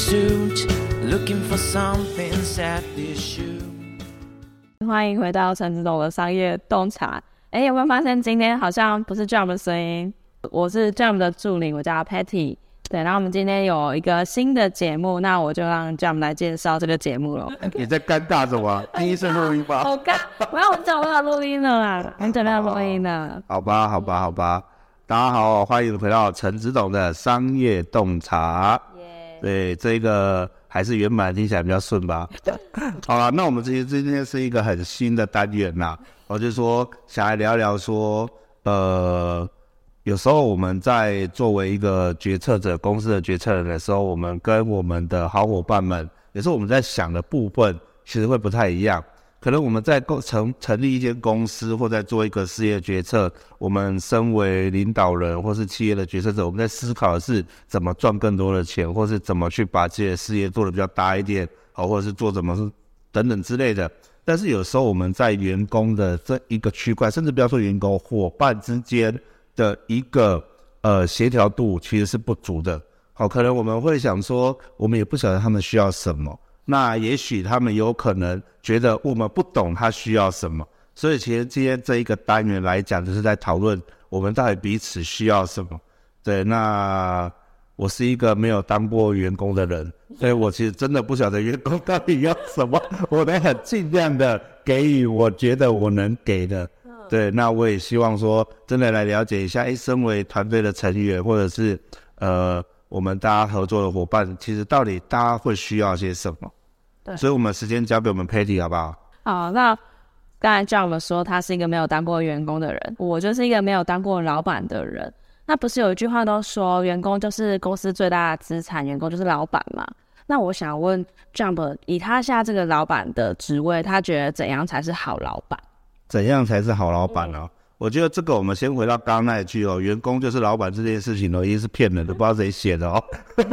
suit, looking for something sad to shoot。 欢迎回到陈子董的商业洞察。有没有发现今天好像不是 Jam 的声音？我是 Jam 的助理，我叫 Patty。对，然后我们今天有一个新的节目，那我就让 Jam 来介绍这个节目了。 你在尴尬什么？第一次录音吧？ 好尴，我要很久没有录音了啦，很久没有录音了。 好吧，大家好，欢迎回到陈子董的商业洞察。对，这个还是原版听起来比较顺吧。好了，那我们今天是一个很新的单元啦，我就说想来聊聊说，有时候我们在作为一个决策者、公司的决策人的时候，我们跟我们的好伙伴们，有时候我们在想的部分其实会不太一样。可能我们在成立一间公司，或在做一个事业决策，我们身为领导人或是企业的决策者，我们在思考的是怎么赚更多的钱，或是怎么去把自己的事业做得比较大一点，或者是做怎么等等之类的。但是有时候我们在员工的这一个区块，甚至不要说员工，伙伴之间的一个协调度其实是不足的。可能我们会想说，我们也不晓得他们需要什么，那也许他们有可能觉得我们不懂他需要什么，所以其实今天这一个单元来讲，就是在讨论我们到底彼此需要什么。对，那我是一个没有当过员工的人，所以我其实真的不晓得员工到底要什么，我得很尽量的给予我觉得我能给的。对，那我也希望说真的来了解一下，身为团队的成员，或者是我们大家合作的伙伴，其实到底大家会需要些什么。对，所以我们时间交给我们 Patty 好不好？ 好，那刚才 Jam 说他是一个没有当过员工的人，我就是一个没有当过老板的人。那不是有一句话都说员工就是公司最大的资产，员工就是老板嘛？那我想问 Jam， 以他现在这个老板的职位，他觉得怎样才是好老板？ 怎样才是好老板呢？我觉得这个我们先回到刚刚那一句员工就是老板这件事情已经是骗人的，不知道谁写的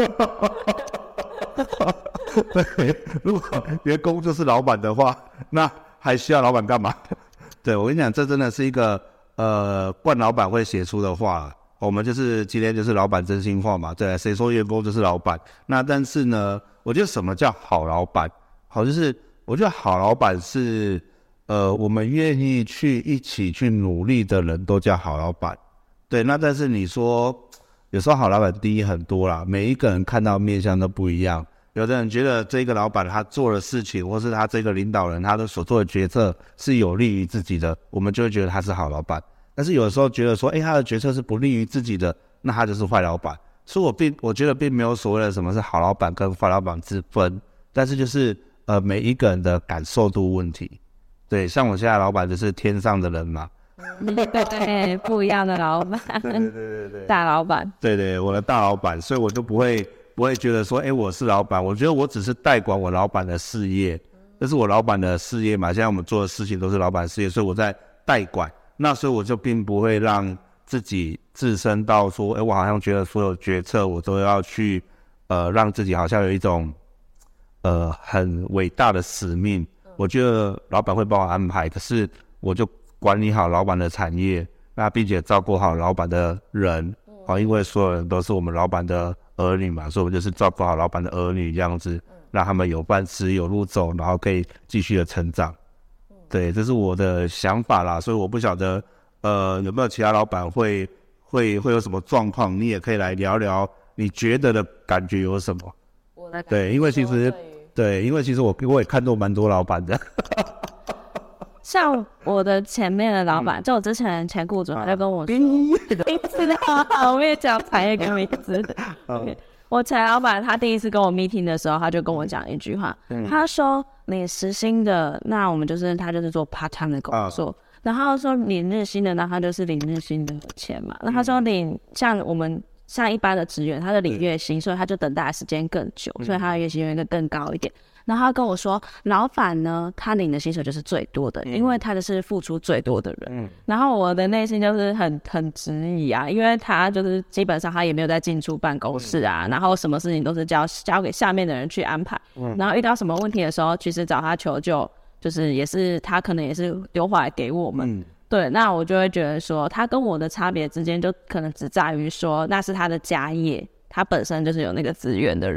对，如果员工就是老板的话，那还需要老板干嘛？对，我跟你讲，这真的是一个惯老板会写出的话。我们就是今天就是老板真心话嘛，对，谁说员工就是老板？那但是呢，我觉得什么叫好老板？就是我觉得好老板是我们愿意一起去努力的人都叫好老板。对，那但是你说有时候好老板定义很多啦，每一个人看到面向都不一样。有的人觉得这个老板他做的事情，或是他这个领导人他的所做的决策是有利于自己的，我们就会觉得他是好老板。但是有的时候觉得说他的决策是不利于自己的，那他就是坏老板。所以我觉得并没有所谓的什么是好老板跟坏老板之分，但是就是每一个人的感受度问题。对，像我现在的老板就是天上的人嘛。 对，不一样的老板。对，大老板。对， 我的大老板，所以我就不会觉得说我是老板，我觉得我只是代管我老板的事业，这是我老板的事业嘛，现在我们做的事情都是老板的事业，所以我在代管。那所以我就并不会让自己自身到说我好像觉得所有决策我都要去让自己好像有一种很伟大的使命。我觉得老板会帮我安排，可是我就管理好老板的产业，那并且照顾好老板的人，因为所有人都是我们老板的儿女嘛，所以我们就是照顾好老板的儿女这样子，让他们有饭吃有路走，然后可以继续的成长。对，这是我的想法啦，所以我不晓得有没有其他老板会有什么状况，你也可以来聊聊你觉得的感觉有什么。 我的感觉对，因为其实我也看过蛮多老板的。 像我的前面的老板，就我之前的前雇主，他就跟我说，名字的好，我也讲产业跟名字。我前老板他第一次跟我 meeting 的时候，他就跟我讲一句话，他说你时薪的，那我们他就是做 part time 的工作，然后说领日薪的，那他就是领日薪的钱嘛。那他说像我们像一般的职员，他的领月薪，所以他就等待的时间更久，所以他的月薪会更高一点。然后他跟我说，老板呢，他领的薪水就是最多的，因为他就是付出最多的人。然后我的内心就是很质疑啊，因为他就是基本上他也没有在进出办公室啊，然后什么事情都是交给下面的人去安排。然后遇到什么问题的时候，其实找他求救，就是也是他可能也是丢回来给我们。对，那我就会觉得说，他跟我的差别之间就可能只在于说，那是他的家业，他本身就是有那个资源的人。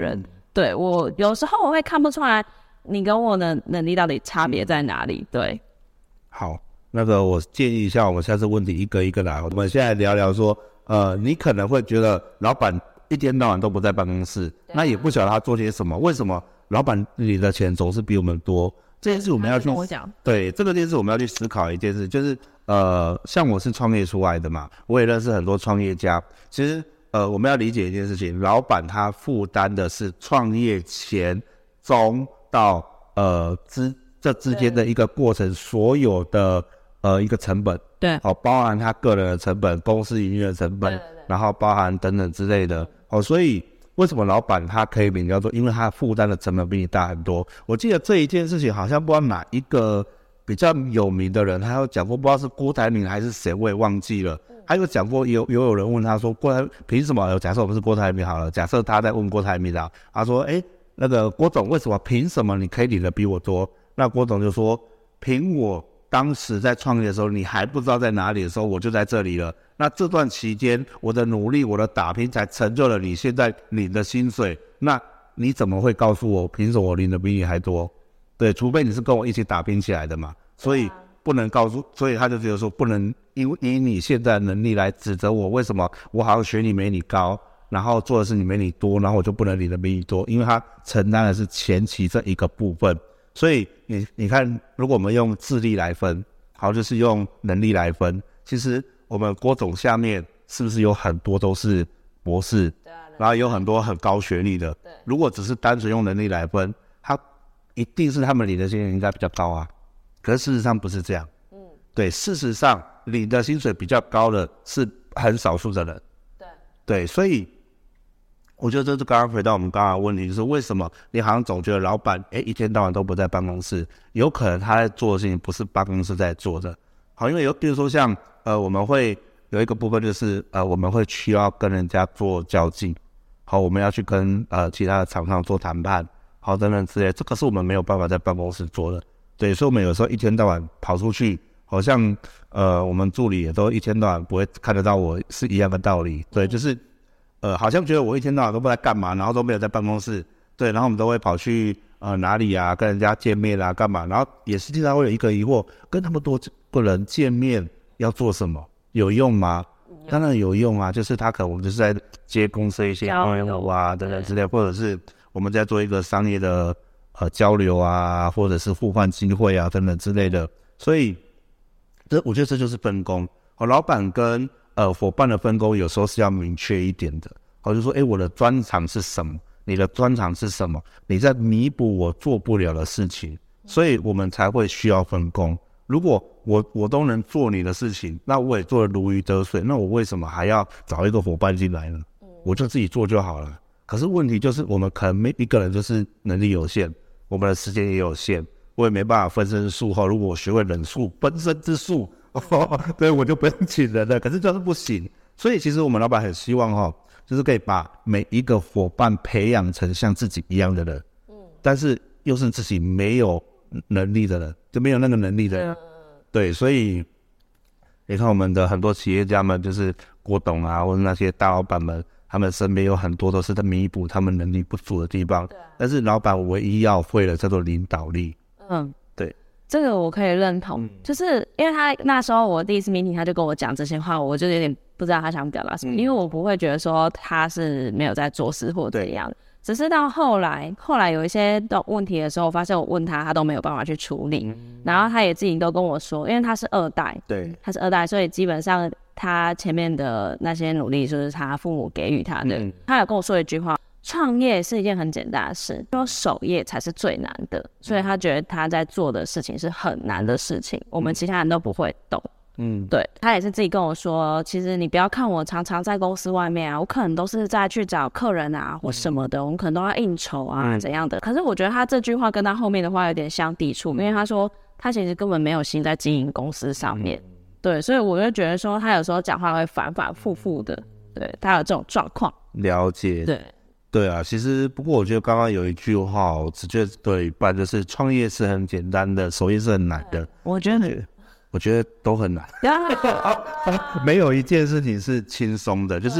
对，我有时候我会看不出来你跟我的能力到底差别在哪里。对， 好，那个我建议一下，我们下次问题一个一个来。我们现在聊聊说，你可能会觉得老板一天到晚都不在办公室，那也不晓得他做些什么，为什么老板领的钱总是比我们多？这件事我们要去，对，这个件事我们要去思考一件事，就是像我是创业出来的嘛，我也认识很多创业家。其实我们要理解一件事情，老板他负担的是创业前、中到这之间的一个过程，所有的一个成本， 对， 包含他个人的成本、公司营运的成本，然后包含等等之类的，所以为什么老板他可以领叫做，因为他负担的成本比你大很多。我记得这一件事情好像不知道哪一个比较有名的人，他有讲过，不知道是郭台铭还是谁，我也忘记了。他有讲过，有人问他说，郭台凭什么？假设我们是郭台铭好了，假设他在问郭台铭啊，他说，那个郭总，为什么凭什么你可以领的比我多？那郭总就说，凭我当时在创业的时候，你还不知道在哪里的时候，我就在这里了。那这段期间，我的努力，我的打拼，才成就了你现在领的薪水。那你怎么会告诉我，凭什么我领的比你还多？对，除非你是跟我一起打拼起来的嘛。所以不能告诉，所以他就觉得说，不能以你现在的能力来指责我，为什么我好像学你没你高，然后做的事你没你多，然后我就不能领的比你多，因为他承担的是前期这一个部分。所以你看，如果我们用智力来分，好，就是用能力来分，其实我们郭总下面是不是有很多都是博士，然后有很多很高学历的，如果只是单纯用能力来分，他一定是他们领的薪水应该比较高啊，可是事实上不是这样，对，事实上领的薪水比较高的是很少数的人，对，所以我觉得这是刚刚回到我们刚刚的问题，就是为什么你好像总觉得老板一天到晚都不在办公室，有可能他在做的事情不是办公室在做的。好，因为比如说像我们会有一个部分就是我们会需要跟人家做交际，好，我们要去跟其他的厂商做谈判，好，等等之类的，这个是我们没有办法在办公室做的。对，所以我们有时候一天到晚跑出去，好像我们助理也都一天到晚不会看得到我，是一样的道理。对，就是好像觉得我一天到晚都不知道干嘛，然后都没有在办公室。对，然后我们都会跑去哪里啊，跟人家见面啊，干嘛？然后也是经常会有一个疑惑，跟那么多个人见面要做什么？有用吗？当然有用啊，就是他可能我们就是在接公司一些业务啊等等之类，或者是我们在做一个商业的交流啊，或者是互换机会啊等等之类的。所以我觉得这就是分工。老板跟伙伴的分工有时候是要明确一点的。就说我的专长是什么？你的专长是什么？你在弥补我做不了的事情，所以我们才会需要分工。如果我都能做你的事情，那我也做得如鱼得水，那我为什么还要找一个伙伴进来呢？我就自己做就好了。可是问题就是我们可能每一个人就是能力有限，我们的时间也有限，我也没办法分身术后，如果我学会忍术分身之术，对，我就不用请人了。可是就是不行，所以其实我们老板很希望就是可以把每一个伙伴培养成像自己一样的人，但是又是自己没有能力的人，就没有那个能力的人，对，所以你看我们的很多企业家们，就是郭董啊，或者那些大老板们，他们身边有很多都是在弥补他们能力不足的地方，但是老板唯一要会的叫做领导力。对， 这个我可以认同，就是因为他那时候我第一次 meeting 他就跟我讲这些话，我就有点不知道他想表达什么，因为我不会觉得说他是没有在做事或怎样，只是到后来有一些问题的时候，我发现我问他都没有办法去处理，然后他也自己都跟我说，因为他是二代， 对， 他是二代，所以基本上他前面的那些努力就是他父母给予他的，他有跟我说一句话，创业是一件很简单的事，说守业才是最难的，所以他觉得他在做的事情是很难的事情，我们其他人都不会懂。对，他也是自己跟我说，其实你不要看我常常在公司外面啊，我可能都是在去找客人啊或什么的，我们可能都要应酬啊怎样的。可是我觉得他这句话跟他后面的话有点相抵触，因为他说他其实根本没有心在经营公司上面。对，所以我就觉得说他有时候讲话会反反复复的，对，他有这种状况。 了解。对啊，其实不过我觉得刚刚有一句话我只觉得对一半，就是创业是很简单的，守业是很难的。我觉得都很难没有一件事情是轻松的，就是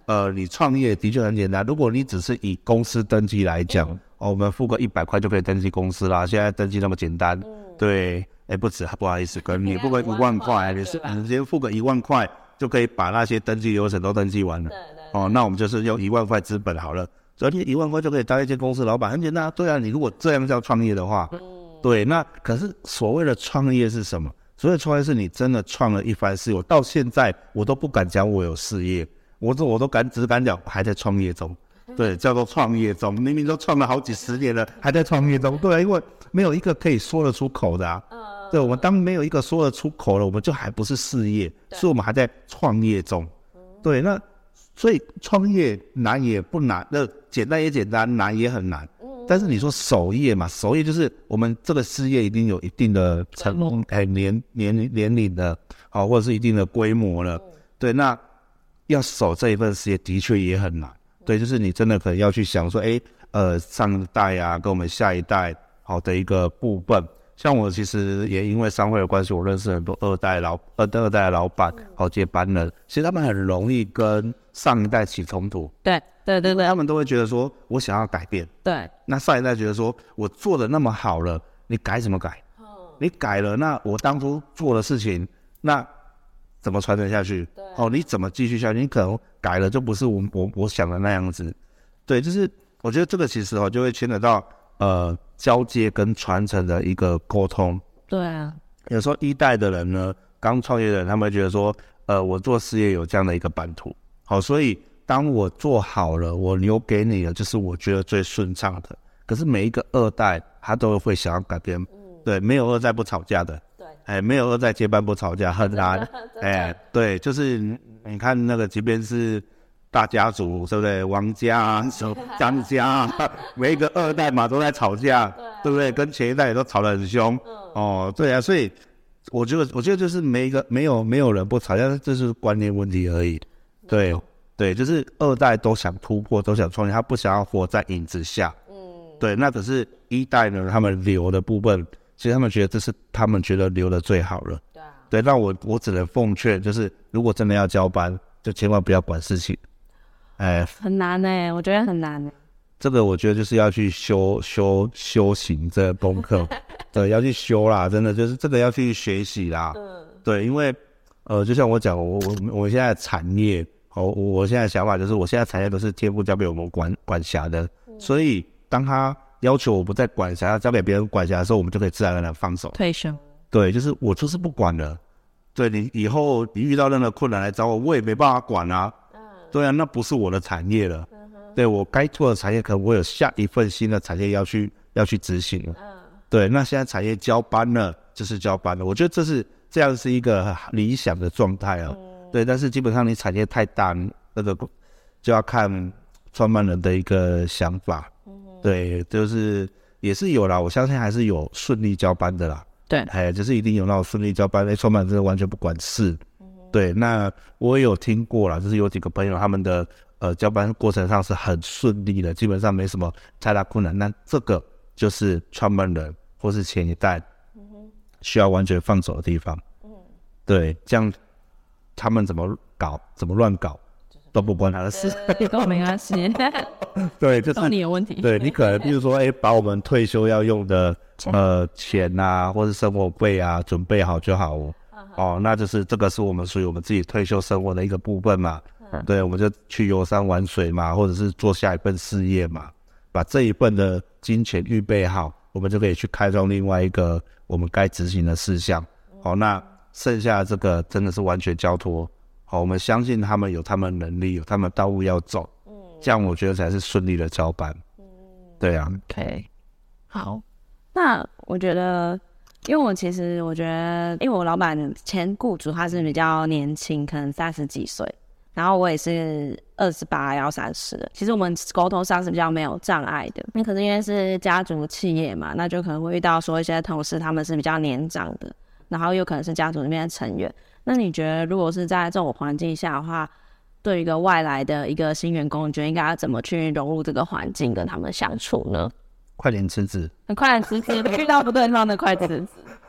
你创业的确很简单。如果你只是以公司登记来讲，我们付个100块就可以登记公司啦。现在登记那么简单，对，不止，不好意思，跟你付个1万块，你直接付个1万块就可以把那些登记流程都登记完了。那我们就是用1万块资本好了，所以1万块就可以当一间公司老板，很简单啊。对啊，你如果这样叫创业的话，对，那可是所谓的创业是什么？所谓的创业是你真的创了一番事业。我到现在我都不敢讲我有事业。我都只敢讲还在创业中，对，叫做创业中，明明都创了好几10年了，还在创业中，对，因为没有一个可以说得出口的啊，对，我们当没有一个说得出口了，我们就还不是事业，所以我们还在创业中，对，那所以创业难也不难，那简单也简单，难也很难，但是你说守业嘛，守业就是我们这个事业一定有一定的年龄的，或者是一定的规模了，对，那要守这一份事业的确也很难，对，就是你真的可能要去想说，上一代啊，跟我们下一代好的一个部分。像我其实也因为商会的关系，我认识很多二代的老板，接班人，其实他们很容易跟上一代起冲突。 对， 他们都会觉得说，我想要改变。对，那上一代觉得说，我做的那么好了，你改什么改？你改了，那我当初做的事情，那怎么传承下去？你怎么继续下去？你可能改了就不是我想的那样子。对，就是我觉得这个其实就会牵扯到交接跟传承的一个沟通。对啊，有时候一代的人呢，刚创业的人，他们会觉得说，我做事业有这样的一个版图，所以当我做好了，我留给你的就是我觉得最顺畅的。可是每一个二代他都会想要改变，对，没有二代不吵架的。没有二代接班不吵架，很难。对，就是你看那个，即便是大家族，对不对？王家啊、张家啊，每一个二代嘛都在吵架，对不对？跟前一代也都吵得很凶。对啊，所以我觉得就是没有人不吵架，这是观念问题而已。对，就是二代都想突破，都想创业，他不想要活在影子下。对，那可是一代呢，他们留的部分。其实他们觉得这是他们觉得留的最好了，对，那我只能奉劝，就是如果真的要交班，就千万不要管事情， 很难我觉得很难这个我觉得就是要去修行这个功课，对，要去修啦，真的就是这个要去学习啦，对，因为就像我讲，我现在产业，我现在的想法就是，我现在产业都是天父交给我们管辖的，所以当他要求我不再管辖，要交给别人管辖的时候，我们就可以自然而然放手退休。 对，就是我就是不管了。对，你以后你遇到任何困难来找我，我也没办法管啊。对啊，那不是我的产业了。对，我该做的产业，可能我有下一份新的产业要去执行了。对，那现在产业交班了，就是交班了。我觉得这样是一个理想的状态啊。对，但是基本上你产业太大，那个就要看创办人的一个想法。对，就是也是有啦，我相信还是有顺利交班的啦。对，就是一定有那种顺利交班，创办人真的完全不管事。对，那我也有听过啦，就是有几个朋友他们的交班过程上是很顺利的，基本上没什么太大困难。那这个就是创办人或是前一代需要完全放手的地方。对，这样他们怎么乱搞。都不关他的事， 跟我没关系。 对，就是你有问题。 对，你可能比如说，把我们退休要用的钱啊，或是生活费啊，准备好就好那就是这个是我们属于我们自己退休生活的一个部分嘛。对，我们就去游山玩水嘛，或者是做下一份事业嘛，把这一份的金钱预备好，我们就可以去开创另外一个我们该执行的事项。那剩下的这个真的是完全交托。我们相信他们有他们能力，有他们道路要走，这样我觉得才是顺利的交班。对啊 ，OK， 好，那我觉得，因为我觉得，因为我老板前雇主他是比较年轻，可能30几岁，然后我也是28要30了，其实我们沟通上是比较没有障碍的。那可是因为是家族企业嘛，那就可能会遇到说一些同事他们是比较年长的，然后又可能是家族里面的成员。那你觉得如果是在这种环境下的话，对于一个外来的一个新员工，你觉得应该要怎么去融入这个环境跟他们相处呢？ 快点辞职， 快点辞职，遇到不对方的快辞职。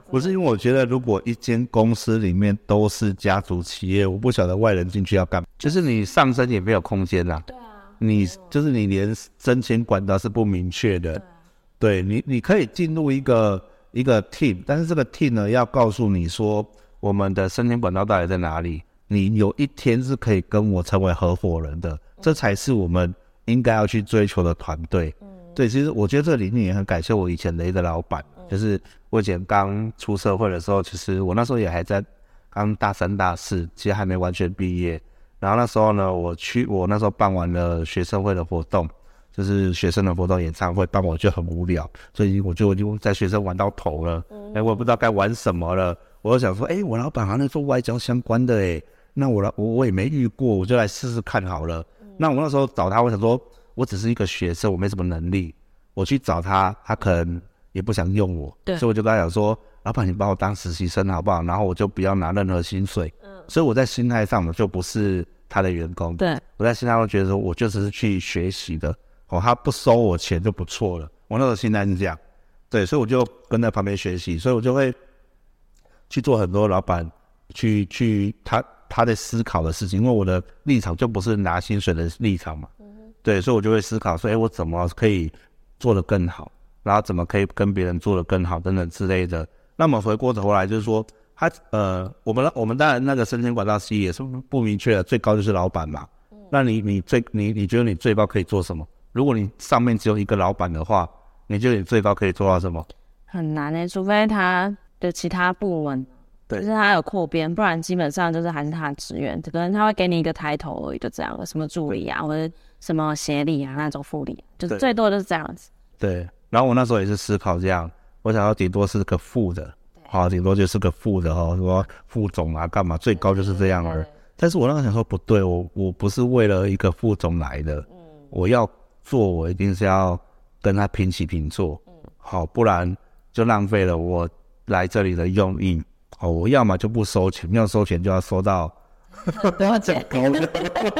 不是因为我觉得如果一间公司里面都是家族企业，我不晓得外人进去要干嘛，就是你上升也没有空间啦。对啊，你就是你连升迁管道是不明确的。对，你可以进入一个 team， 但是这个 team 呢要告诉你说我们的升迁管道到底在哪里，你有一天是可以跟我成为合伙人的，这才是我们应该要去追求的团队。对，其实我觉得这个理念也很感谢我以前的一个老板，就是我以前刚出社会的时候，其实我那时候也还在刚大三大四，其实还没完全毕业。然后那时候呢，我那时候办完了学生会的活动，就是学生的活动演唱会，办我就很无聊，所以我就已经在学生玩到头了，我也不知道该玩什么了。我就想说，我老板好像做外交相关的，那我也没遇过，我就来试试看好了。那我那时候找他，我想说我只是一个学生，我没什么能力，我去找他，他可能也不想用我，所以我就跟他讲说，老板你把我当实习生好不好？然后我就不要拿任何薪水。所以我在心态上我就不是他的员工，对，我在心态上觉得说我就只是去学习的，他不收我钱就不错了，我那时候心态是这样。对，所以我就跟在旁边学习，所以我就会去做很多老板去他在思考的事情，因为我的立场就不是拿薪水的立场嘛。对，所以我就会思考说，我怎么可以做得更好，然后怎么可以跟别人做得更好等等之类的。那么回过头来就是说，我们当然那个升迁管道 C 也是不明确的，最高就是老板嘛。那你觉得你最高可以做什么？如果你上面只有一个老板的话，你觉得你最高可以做到什么？ 很难除非他的其他部门。对，就是他有扩编，不然基本上就是还是他的职员，可能他会给你一个抬头而已，就这样，什么助理啊，或者什么协理啊那种副理，就是最多就是这样子。对， 然后我那时候也是思考这样，我想要顶多是个副的，顶多就是个副的什么副总啊干嘛，最高就是这样而已。但是我那时候想说不对，我不是为了一个副总来的，我要做，我一定是要跟他平起平坐，不然就浪费了我来这里的用意。我要么就不收钱，要收钱就要收到多少钱高的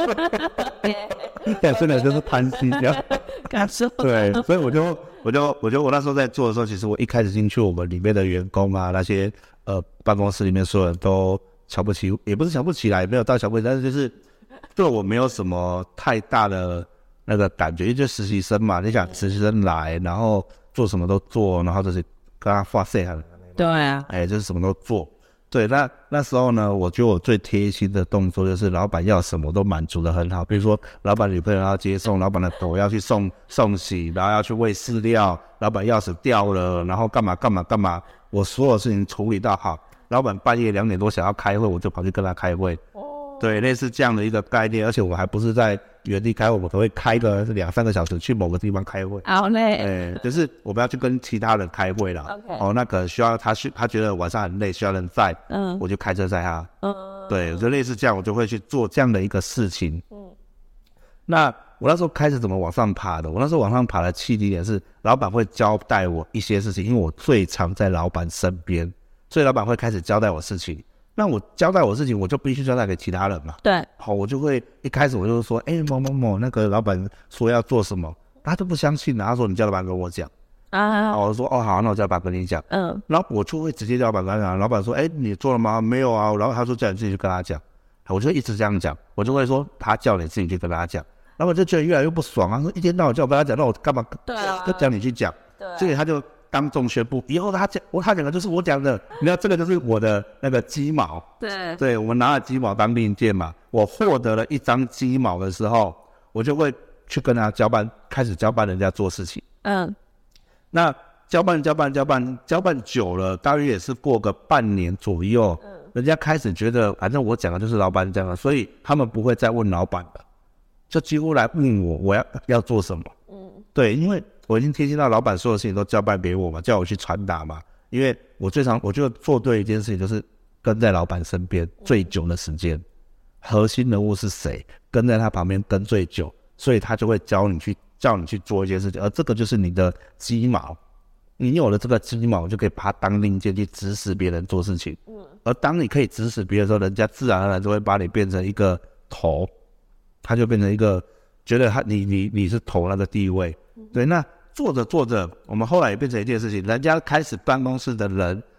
真的就是贪心这样感受。 对，所以我那时候在做的时候，其实我一开始进去，我们里面的员工啊，那些办公室里面所有人都瞧不起，也不是瞧不起来，也没有到瞧不起，但是就是对我没有什么太大的那个感觉，因为就实习生嘛，你想实习生来，然后做什么都做，然后就是跟他发泄他。 对啊， 就是什么都做。对，那时候呢，我觉得我最贴心的动作就是老板要什么都满足得很好，比如说老板女朋友要接送，老板的狗要去送洗，然后要去喂饲料，老板钥匙掉了，然后干嘛，我所有事情处理到好。老板半夜2点多想要开会，我就跑去跟他开会。对，类似这样的一个概念，而且我还不是在原地开会，我们可能会开个2-3个小时去某个地方开会。 好累。 就是我们要去跟其他人开会啦。那可能需要他觉得晚上很累，需要人载，我就开车载他。对，就类似这样，我就会去做这样的一个事情。那我那时候开始怎么往上爬的？我那时候往上爬的契机点是，老板会交代我一些事情，因为我最常在老板身边，所以老板会开始交代我事情。那我交代我事情，我就必须交代给其他人嘛。对，我就会一开始我就说，某某某那个老板说要做什么，他就不相信，他说你叫老板跟我讲。我说好，那我叫老板跟你讲。然后我就会直接叫老板跟他讲，老板说，你做了吗？没有啊。然后他说叫你自己去跟他讲，我就一直这样讲，我就会说他叫你自己去跟他讲。老板就觉得越来越不爽啊，说一天到晚叫我跟他讲，那我干嘛？对啊，就叫你去讲。对，所以他就当众宣布，以后他讲的就是我讲的，你知道这个就是我的那个鸡毛。对，我们拿了鸡毛当令箭嘛。我获得了一张鸡毛的时候，我就会去跟他开始交办人家做事情。那交办久了，大约也是过个半年左右，人家开始觉得反正我讲的就是老板讲的，所以他们不会再问老板了，就几乎来问我要做什么。对，因为我已经贴心到老板所有事情都交办给我嘛，叫我去传达嘛。因为我觉得做对一件事情就是跟在老板身边最久的时间，核心人物是谁，跟在他旁边跟最久，所以他就会叫你去做一件事情，而这个就是你的鸡毛。你有了这个鸡毛，就可以把它当令箭去指使别人做事情。而当你可以指使别人的时候，人家自然而然就会把你变成一个头，他就变成一个觉得你是头那个地位。对，那做着，我们后来也变成一件事情，人家开始办公室的人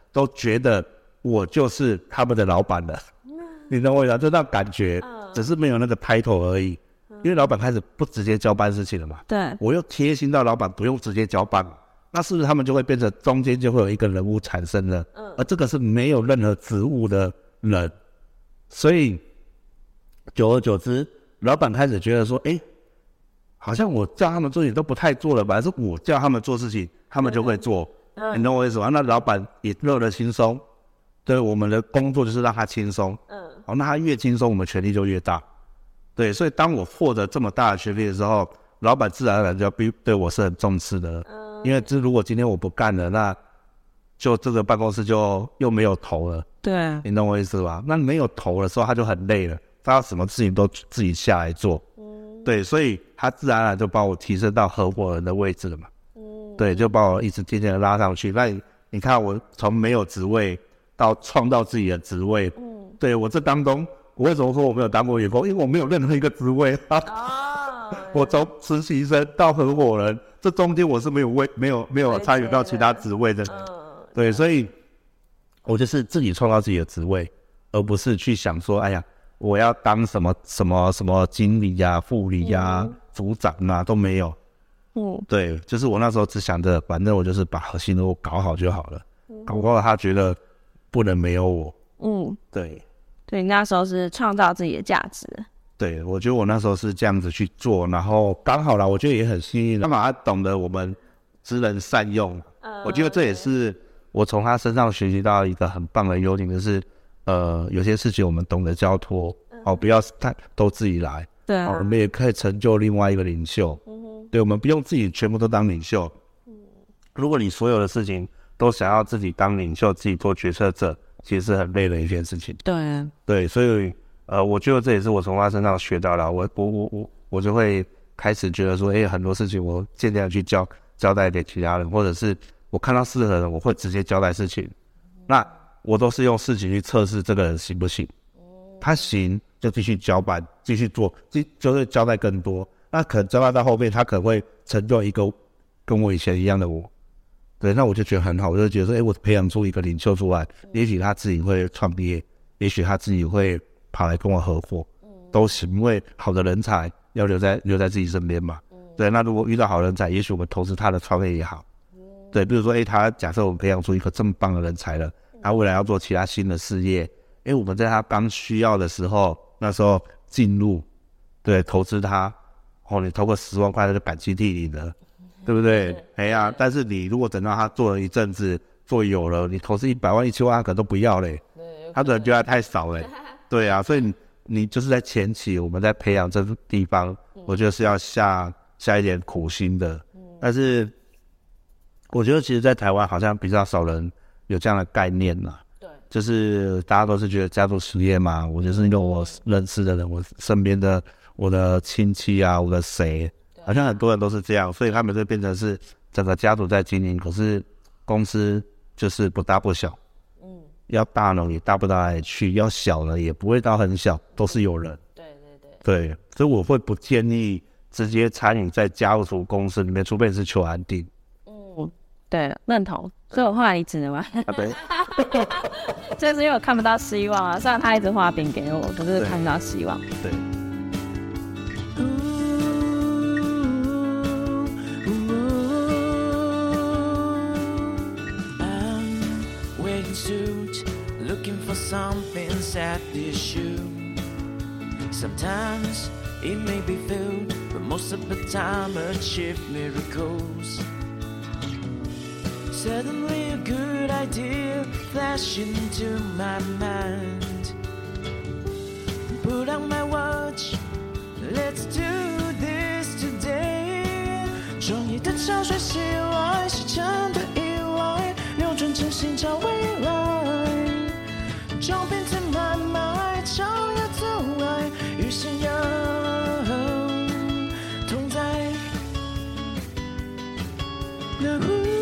都觉得我就是他们的老板了，你懂我意思吗？就那感觉，只是没有那个 title 而已。因为老板开始不直接交办事情了嘛， 对， 我又贴心到老板不用直接交办，那是不是他们就会变成中间就会有一个人物产生了？而这个是没有任何职务的人，所以久而久之，老板开始觉得说，好像我叫他们做事情都不太做了吧，还是我叫他们做事情，他们就会做。你懂我意思吗？那老板也乐得轻松，对，我们的工作就是让他轻松。好，那他越轻松，我们权力就越大。对，所以当我获得这么大的权力的时候，老板自然而然就要对我是很重视的。因为如果今天我不干了，那就这个办公室就又没有头了。 对， 你懂我意思吧？那没有头的时候，他就很累了，他要什么事情都自己下来做。对，所以他自然而然就把我提升到合伙人的位置了嘛。对，就把我一直渐渐的拉上去。那你看我从没有职位到创造自己的职位，对，我这当中。我为什么说我没有当过员工？因为我没有任何一个职位我从实习生到合伙人，这中间我是没有参与到其他职位的。对，所以我就是自己创造自己的职位，而不是去想说，哎呀，我要当什么经理啊、副理啊、组长啊都没有。对，就是我那时候只想着，反正我就是把核心都搞好就好了，搞不好他觉得不能没有我。对。 对，你那时候是创造自己的价值。 对，我觉得我那时候是这样子去做，然后刚好啦，我觉得也很幸运，刚好他懂得我们知人善用。我觉得这也是我从他身上学习到一个很棒的优点，就是有些事情我们懂得交托，不要都自己来。对，我们也可以成就另外一个领袖。对，我们不用自己全部都当领袖。如果你所有的事情都想要自己当领袖，自己做决策者，其实是很累的一件事情。对，所以我觉得这也是我从他身上学到的。我就会开始觉得说，很多事情我渐渐的去交代给其他人，或者是我看到适合的人，我会直接交代事情。那我都是用事情去测试这个人行不行，他行就继续交办，继续做，就是交代更多。那可能交代到后面，他可能会成就一个跟我以前一样的我。对，那我就觉得很好，我就觉得说，我培养出一个领袖出来，也许他自己会创业，也许他自己会跑来跟我合伙，都行，因为好的人才要留在自己身边嘛。对，那如果遇到好人才，也许我们投资他的创业也好。对，比如说，他假设我们培养出一个这么棒的人才了，他未来要做其他新的事业，我们在他刚需要的时候，那时候进入，对，投资他，你投个10万块，他就感激涕零了。对不对？但是你如果等到他做了一阵子，做有了，你投资100万、1000万，他可能都不要嘞，他可能觉得太少嘞。对啊，所以你就是在前期，我们在培养这个地方，我觉得是要下一点苦心的。但是我觉得其实在台湾好像比较少人有这样的概念啦。对，就是大家都是觉得家族实业嘛，我就是一个我认识的人，我身边的我的亲戚啊，我的谁。好像很多人都是这样，所以他们就变成是整个家族在经营，可是公司就是不大不小，要大呢也大不到哪里去，要小呢也不会到很小，都是有人。对，所以我会不建议直接参与在家族公司里面，除非你是求安定。 对，认同。所以我后来离职了嘛。 对， 就是因为我看不到希望啊，虽然他一直画饼给我，可是看不到希望。 对。 Looking for something sad to shoot. Sometimes it may be filled, but most of the time achieve miracles. Suddenly a good idea flashed into my mind. Put on my watch, let's do this today. 创意的潮水袭来，西沉的意外，扭转真心找未来。就变成买卖，超越阻碍，与信仰同在。